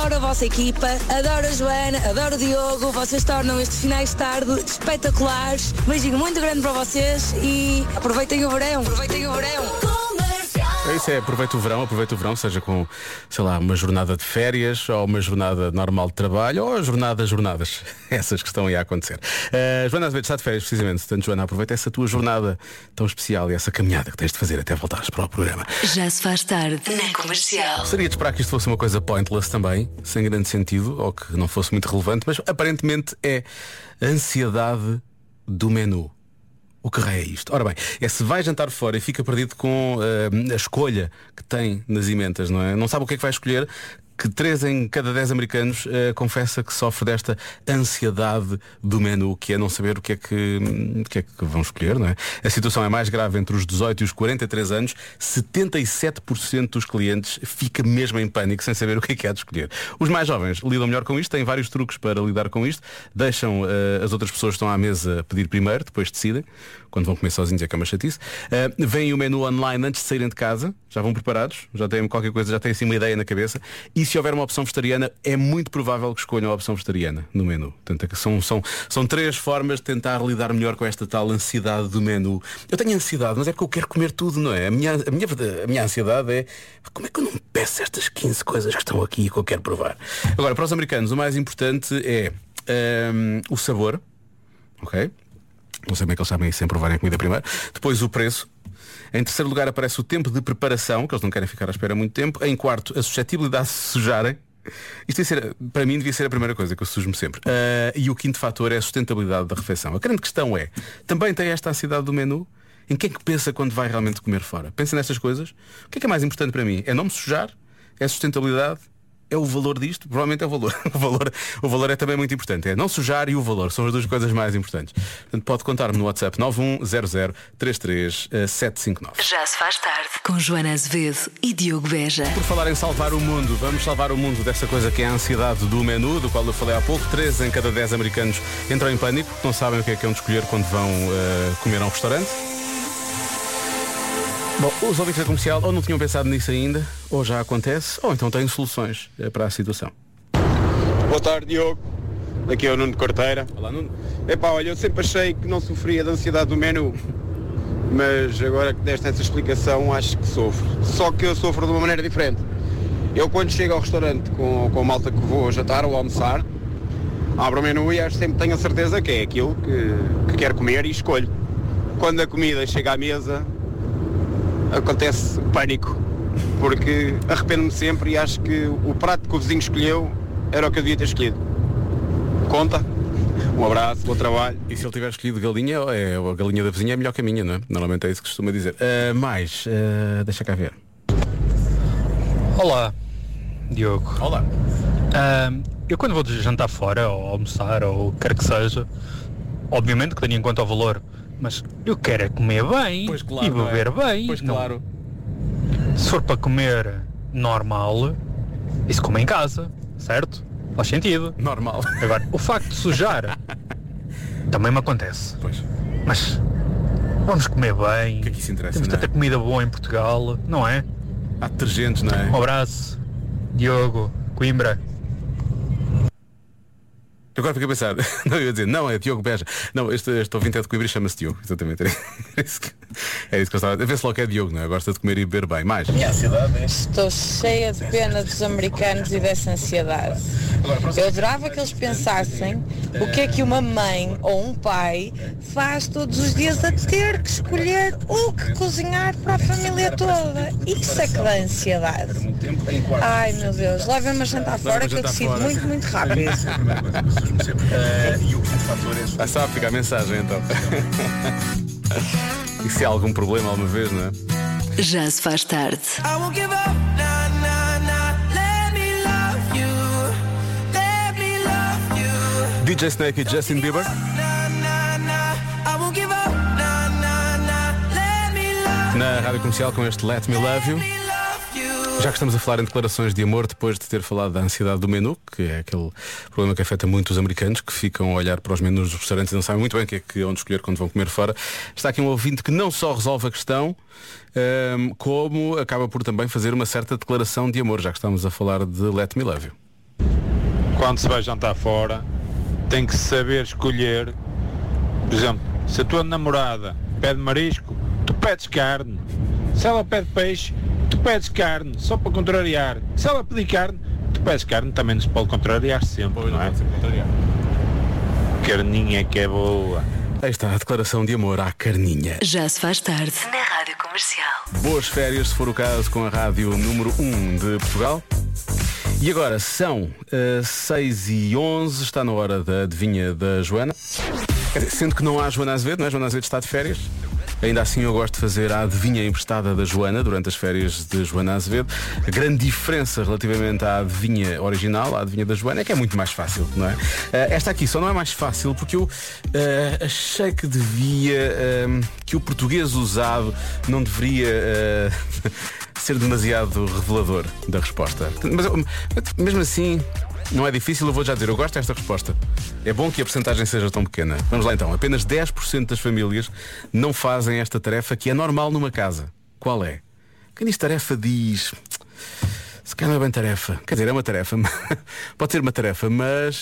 adoro a vossa equipa, adoro a Joana, adoro o Diogo. Vocês tornam estes finais de tarde espetaculares. Um beijinho muito grande para vocês e aproveitem o verão. É isso, aproveita o verão, seja com, sei lá, uma jornada de férias ou uma jornada normal de trabalho ou jornadas, essas que estão aí a acontecer. Joana Azevedo está de férias precisamente, portanto, Joana, aproveita essa tua jornada tão especial e essa caminhada que tens de fazer até voltares para o programa. Já se faz tarde na Comercial. Gostaria de esperar que isto fosse uma coisa pointless também, sem grande sentido, ou que não fosse muito relevante, mas aparentemente é a ansiedade do menu. O que raio é isto? Ora bem, se vai jantar fora e fica perdido com a escolha que tem nas emendas, não é? Não sabe o que é que vai escolher, que 3 em cada 10 americanos confessa que sofre desta ansiedade do menu, que é não saber o que é que vão escolher, não é? A situação é mais grave entre os 18 e os 43 anos. 77% dos clientes fica mesmo em pânico sem saber o que é de escolher. Os mais jovens lidam melhor com isto, têm vários truques para lidar com isto. Deixam as outras pessoas que estão à mesa pedir primeiro, depois decidem. Quando vão comer sozinhos é que é uma chatice. Veem o menu online antes de saírem de casa, já vão preparados, já têm qualquer coisa, já têm assim uma ideia na cabeça. E se houver uma opção vegetariana, é muito provável que escolham a opção vegetariana no menu. Portanto, são 3 formas de tentar lidar melhor com esta tal ansiedade do menu. Eu tenho ansiedade, mas é porque eu quero comer tudo, não é? A minha ansiedade é como é que eu não peço estas 15 coisas que estão aqui e que eu quero provar. Agora, para os americanos, o mais importante é o sabor, ok? Não sei como é que eles sabem isso sem provarem a comida primeiro. Depois o preço. Em terceiro lugar aparece o tempo de preparação, que eles não querem ficar à espera muito tempo. Em quarto, a suscetibilidade de se sujarem. Isto para mim devia ser a primeira coisa, que eu sujo-me sempre. E o quinto fator é a sustentabilidade da refeição. A grande questão é, também tem esta ansiedade do menu? Em quem é que pensa quando vai realmente comer fora? Pensa nestas coisas. O que é mais importante para mim? É não me sujar? É a sustentabilidade? É o valor disto? Provavelmente é o valor. O valor é também muito importante. É não sujar e o valor. São as 2 coisas mais importantes. Portanto, pode contar-me no WhatsApp 910033759. Já se faz tarde com Joana Azevedo e Diogo Beja. Por falar em salvar o mundo, vamos salvar o mundo dessa coisa que é a ansiedade do menu, do qual eu falei há pouco. 3 em cada 10 americanos entram em pânico, não sabem o que é onde escolher quando vão comer a um restaurante. Bom, os ouvintes da Comercial ou não tinham pensado nisso ainda, ou já acontece, ou então têm soluções para a situação. Boa tarde, Diogo. Aqui é o Nuno de Corteira. Olá, Nuno. Olha, eu sempre achei que não sofria de ansiedade do menu, mas agora que deste essa explicação acho que sofro. Só que eu sofro de uma maneira diferente. Eu quando chego ao restaurante com a malta que vou jantar ou almoçar, abro o menu e sempre tenho a certeza que é aquilo que quero comer e escolho. Quando a comida chega à mesa, acontece pânico, porque arrependo-me sempre e acho que o prato que o vizinho escolheu era o que eu devia ter escolhido. Conta? Um abraço, bom trabalho. E se ele tiver escolhido galinha, a galinha da vizinha é melhor que a minha, não é? Normalmente é isso que costuma dizer. Deixa cá ver. Olá, Diogo. Olá. Eu quando vou jantar fora, ou almoçar, ou quer que seja, obviamente que tenho em conta o valor, mas eu quero é comer bem, pois claro, e beber bem. Pois não. claro. Se for para comer normal, isso come em casa, certo? Faz sentido. Normal. Agora, o facto de sujar também me acontece. Pois. Mas vamos comer bem. O que é que isso interessa? Temos tanta comida boa em Portugal, não é? Há detergentes, não é? Um abraço, Diogo, Coimbra. Agora fiquei a pensar, não, eu ia dizer, não, é Diogo Beja. Não, este ouvinte é de Coimbra e chama-se Diogo, exatamente. É isso que eu estava a ver se logo é Diogo, não é? Gosta de comer e beber bem. Mais. Minha ansiedade é... Estou cheia de pena dos americanos e dessa ansiedade. Eu adorava que eles pensassem o que é que uma mãe ou um pai faz todos os dias a ter que escolher o que cozinhar para a família toda. Isso é que dá ansiedade. Ai meu Deus, levem-me a jantar fora que eu decido muito, muito rápido. Sabe, fica a mensagem então. E se há algum problema alguma vez, não é? Já se faz tarde. DJ Snake e Justin Bieber. Na Rádio Comercial com este Let Me Love You. Já que estamos a falar em declarações de amor, depois de ter falado da ansiedade do menu, que é aquele problema que afeta muito os americanos, que ficam a olhar para os menus dos restaurantes e não sabem muito bem onde escolher quando vão comer fora, está aqui um ouvinte que não só resolve a questão, como acaba por também fazer uma certa declaração de amor, já que estamos a falar de Let Me Love You. quando se vai jantar fora, tem que saber escolher. Por exemplo, se a tua namorada pede marisco, tu pedes carne. Se ela pede peixe, tu pedes carne, só para contrariar. Se ela pedir carne, tu pedes carne, também não se pode contrariar sempre, não é? Carninha que é boa. Aí está a declaração de amor à carninha. Já se faz tarde na Rádio Comercial. Boas férias, se for o caso, com a rádio número 1 de Portugal. E agora são 6h11, está na hora da adivinha da Joana. Quer dizer, sendo que não há Joana Azevedo, não é? Joana Azevedo está de férias. Ainda assim eu gosto de fazer a adivinha emprestada da Joana durante as férias de Joana Azevedo. A grande diferença relativamente à adivinha original, à adivinha da Joana, é que é muito mais fácil, não é? Esta aqui só não é mais fácil porque eu achei que que o português usado não deveria ser demasiado revelador da resposta. Mas mesmo assim, não é difícil, eu vou já dizer, eu gosto desta resposta. É bom que a percentagem seja tão pequena. Vamos lá então, apenas 10% das famílias não fazem esta tarefa que é normal numa casa. Qual é? Quem diz tarefa diz... Se calhar não é bem tarefa. Quer dizer, é uma tarefa. Pode ser uma tarefa, mas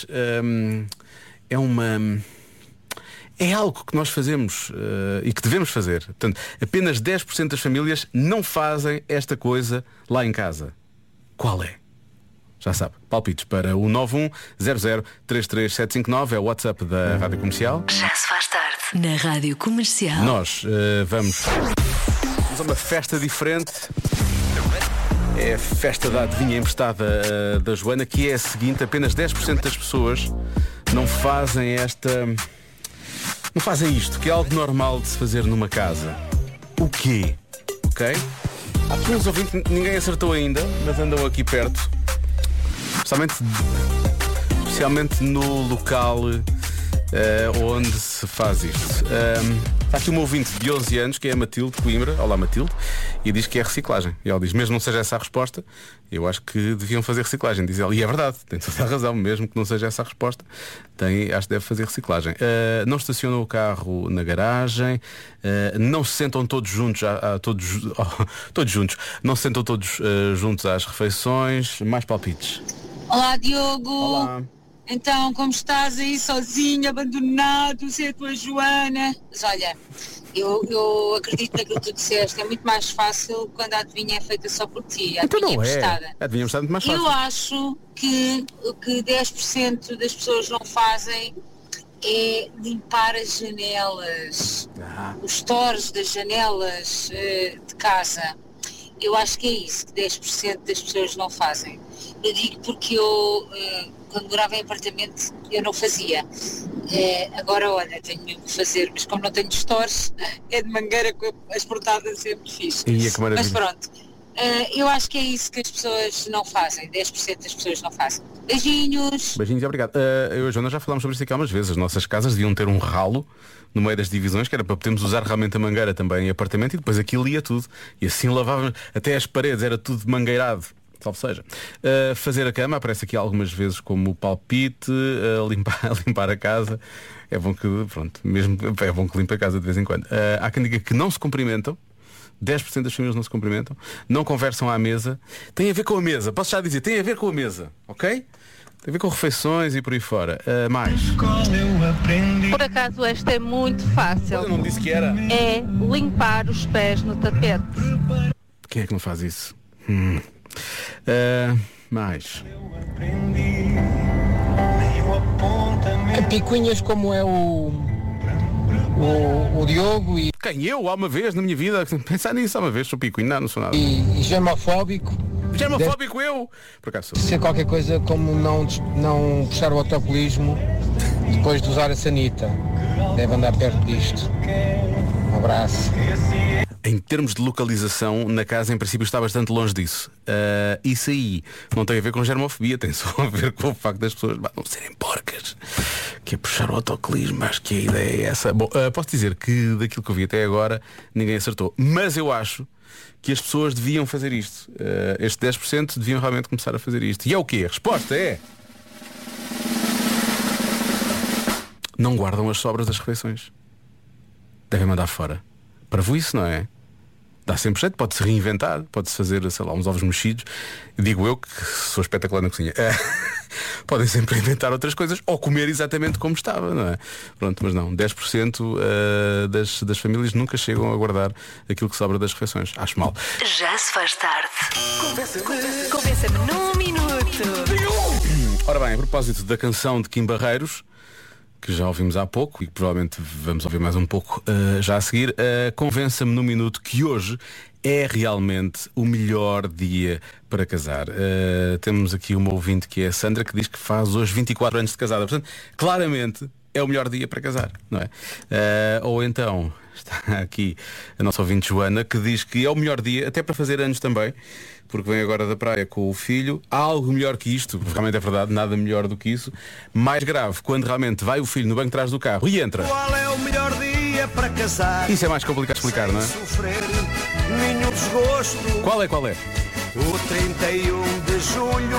é algo que nós fazemos e que devemos fazer. Portanto, apenas 10% das famílias não fazem esta coisa lá em casa. Qual é? Já sabe, palpites para o 910033759, é o WhatsApp da Rádio Comercial. Já se faz tarde na Rádio Comercial. Nós vamos a uma festa diferente. É a festa da adivinha emprestada da Joana, que é a seguinte: apenas 10% das pessoas não fazem isto, que é algo normal de se fazer numa casa. O quê? Ok? Há aqui uns ouvintes, ninguém acertou ainda, mas andam aqui perto. Especialmente no local onde se faz isto. Está aqui uma ouvinte de 11 anos, que é a Matilde Coimbra. Olá, Matilde. E diz que é reciclagem. E ela diz, mesmo não seja essa a resposta, eu acho que deviam fazer reciclagem. Diz ela, e é verdade, tem toda a razão. Mesmo que não seja essa a resposta, acho que deve fazer reciclagem. Não estacionam o carro na garagem. Não se sentam todos juntos todos juntos. Não se sentam todos juntos às refeições. Mais palpites. Olá, Diogo. Olá. Então, como estás aí sozinho, abandonado, sem a tua Joana? Mas olha, eu acredito naquilo que tu disseste, é muito mais fácil quando a adivinha é feita só por ti, a adivinha emprestada. A adivinha emprestada é muito mais fácil. Eu acho que o que 10% das pessoas não fazem é limpar as janelas, os torres das janelas de casa. Eu acho que é isso que 10% das pessoas não fazem. Eu digo porque eu, quando morava em apartamento, eu não fazia. Agora, olha, tenho mesmo que fazer, mas como não tenho stores, é de mangueira com as portadas sempre fixe. Mas pronto, eu acho que é isso que as pessoas não fazem. 10% das pessoas não fazem. Beijinhos. Beijinhos e obrigado. Eu e a Joana já falámos sobre isso aqui algumas vezes. As nossas casas deviam ter um ralo no meio das divisões, que era para podermos usar realmente a mangueira também em apartamento, e depois aquilo ia tudo. E assim lavávamos, até as paredes, era tudo mangueirado. Salve seja. Fazer a cama aparece aqui algumas vezes como palpite. Limpar a casa. É bom que, pronto, mesmo é bom que limpe a casa de vez em quando. Há quem diga que não se cumprimentam. 10% das famílias não se cumprimentam. Não conversam à mesa. Tem a ver com a mesa. Posso já dizer, tem a ver com a mesa. Ok? Tem a ver com refeições e por aí fora. Mais. Por acaso esta é muito fácil. Eu não disse que era. É limpar os pés no tapete. Quem é que não faz isso? Mais. A picuinhas como é o Diogo e... Quem? Eu? Há uma vez na minha vida pensar nisso, há uma vez, sou picuinho, não sou nada. E germofóbico. Germofóbico eu? Por acaso sou. Ser qualquer coisa como não puxar o autocolismo depois de usar a sanita. Deve andar perto disto. Um abraço. Em termos de localização, na casa em princípio está bastante longe disso. Isso aí não tem a ver com germofobia, tem só a ver com o facto das pessoas não serem porcas. Que é puxar o autocolismo, acho que a ideia é essa. Bom, posso dizer que daquilo que eu vi até agora ninguém acertou. Mas eu acho que as pessoas deviam fazer isto. Este 10% deviam realmente começar a fazer isto. E é o quê? A resposta é... Não guardam as sobras das refeições. Devem mandar fora. Para isso, não é? Dá sempre jeito, pode-se reinventar, pode-se fazer, sei lá, uns ovos mexidos. Digo eu que sou espetacular na cozinha. podem sempre inventar outras coisas ou comer exatamente como estava, não é? Pronto, mas não, 10% das famílias nunca chegam a guardar aquilo que sobra das refeições. Acho mal. Já se faz tarde. Convença-me num minuto. Ora bem, a propósito da canção de Kim Barreiros, que já ouvimos há pouco e que provavelmente vamos ouvir mais um pouco já a seguir, convença-me num minuto que hoje é realmente o melhor dia para casar. Temos aqui uma ouvinte que é a Sandra, que diz que faz hoje 24 anos de casada. Portanto, claramente é o melhor dia para casar, não é? Ou então está aqui a nossa ouvinte Joana, que diz que é o melhor dia até para fazer anos também, porque vem agora da praia com o filho. Há algo melhor que isto, realmente é verdade, nada melhor do que isso. Mais grave, quando realmente vai o filho no banco de trás do carro e entra. Qual é o melhor dia para casar? Isso é mais complicado de explicar, não é? Sofrer nenhum desgosto. Qual é? O 31 de julho,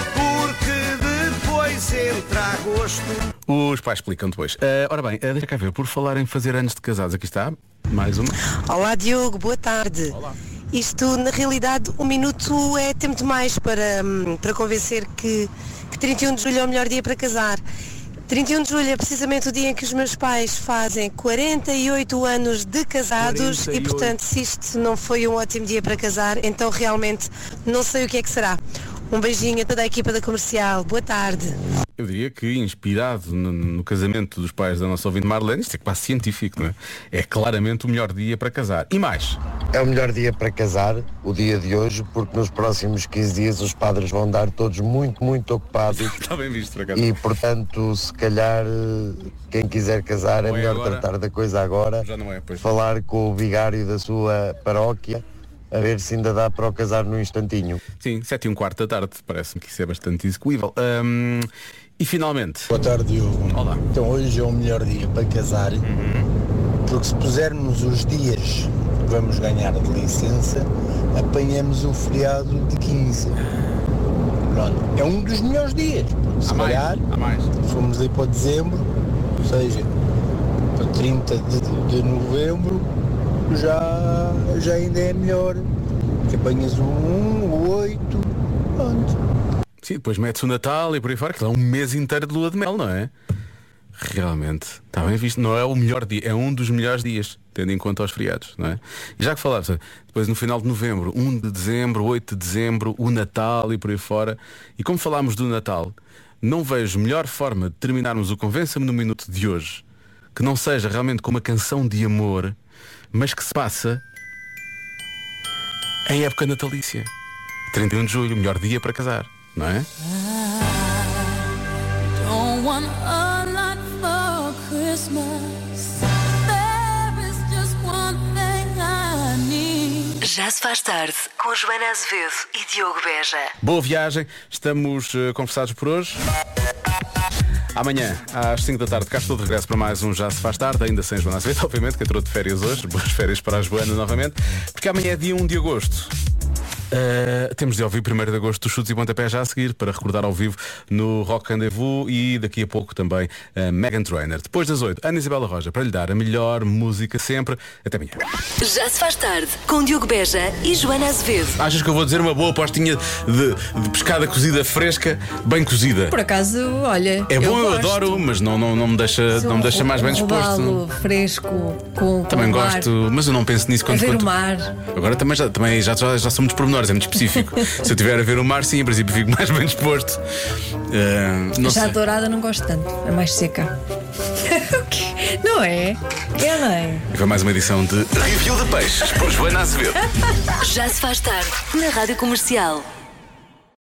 porque depois entra agosto. Os pais explicam depois. Ora bem, deixa cá ver, por falar em fazer anos de casados, aqui está, mais uma. Olá Diogo, boa tarde. Olá. Isto, na realidade, um minuto é tempo demais para convencer que 31 de julho é o melhor dia para casar. 31 de julho é precisamente o dia em que os meus pais fazem 48 anos de casados 48. E, portanto, se isto não foi um ótimo dia para casar, então realmente não sei o que é que será. Um beijinho a toda a equipa da Comercial. Boa tarde. Eu diria que inspirado no casamento dos pais da nossa ouvinte Marlene, isto é quase científico, não é? É claramente o melhor dia para casar. E mais? É o melhor dia para casar, o dia de hoje, porque nos próximos 15 dias os padres vão andar todos muito, muito ocupados. Está bem visto, por acaso. E, portanto, se calhar, quem quiser casar é melhor agora tratar da coisa agora. Já não é, pois. Falar com o vigário da sua paróquia, a ver se ainda dá para o casar num instantinho. Sim, 7h15 da tarde, parece-me que isso é bastante execuível. E finalmente... Boa tarde, Diogo. Olá. Então hoje é o melhor dia para casar, porque se pusermos os dias que vamos ganhar de licença, apanhamos o feriado de 15. Pronto, é um dos melhores dias, porque se calhar fomos aí para dezembro, ou seja, para 30 de novembro, já ainda é melhor, que apanhas o 1, o 8, pronto. Sim, depois metes o Natal e por aí fora, que é um mês inteiro de lua de mel, não é? Realmente, está bem visto, não é o melhor dia, é um dos melhores dias, tendo em conta os feriados, não é? E já que falámos, depois no final de novembro, 1 de dezembro, 8 de dezembro, o Natal e por aí fora, e como falámos do Natal, não vejo melhor forma de terminarmos o Convença-me no Minuto de hoje, que não seja realmente com uma canção de amor, mas que se passa em época natalícia. 31 de julho, melhor dia para casar, não é? Já se faz tarde com Joana Azevedo e Diogo Beja. Boa viagem, estamos conversados por hoje. Amanhã, às 5 da tarde, cá estou de regresso para mais um Já se faz tarde, ainda sem Joana Azevedo, obviamente, que entrou de férias hoje. Boas férias para a Joana novamente, porque amanhã é dia 1 de agosto. Temos de ouvir 1º de agosto dos Chutes e Pontapés já a seguir, para recordar ao vivo no Rock Rendezvous, e daqui a pouco também Meghan Trainor. Depois das 8, Ana Isabela Roja, para lhe dar a melhor música sempre. Até amanhã. Já se faz tarde com Diogo Beja e Joana Azevedo. Achas que eu vou dizer uma boa postinha de pescada cozida fresca, bem cozida? Por acaso, olha, é bom, eu adoro, mas não me deixa mais bem disposto. Fresco, com também gosto, mas eu não penso nisso quando ver o mar. Agora também já somos pormenores, é muito específico. Se eu estiver a ver o mar, sim, em princípio fico mais bem disposto. Já dourada não gosto tanto, é mais seca. Não é? É bem. Foi mais uma edição de Review de Peixes por Joana Azevedo. Já se faz tarde na Rádio Comercial.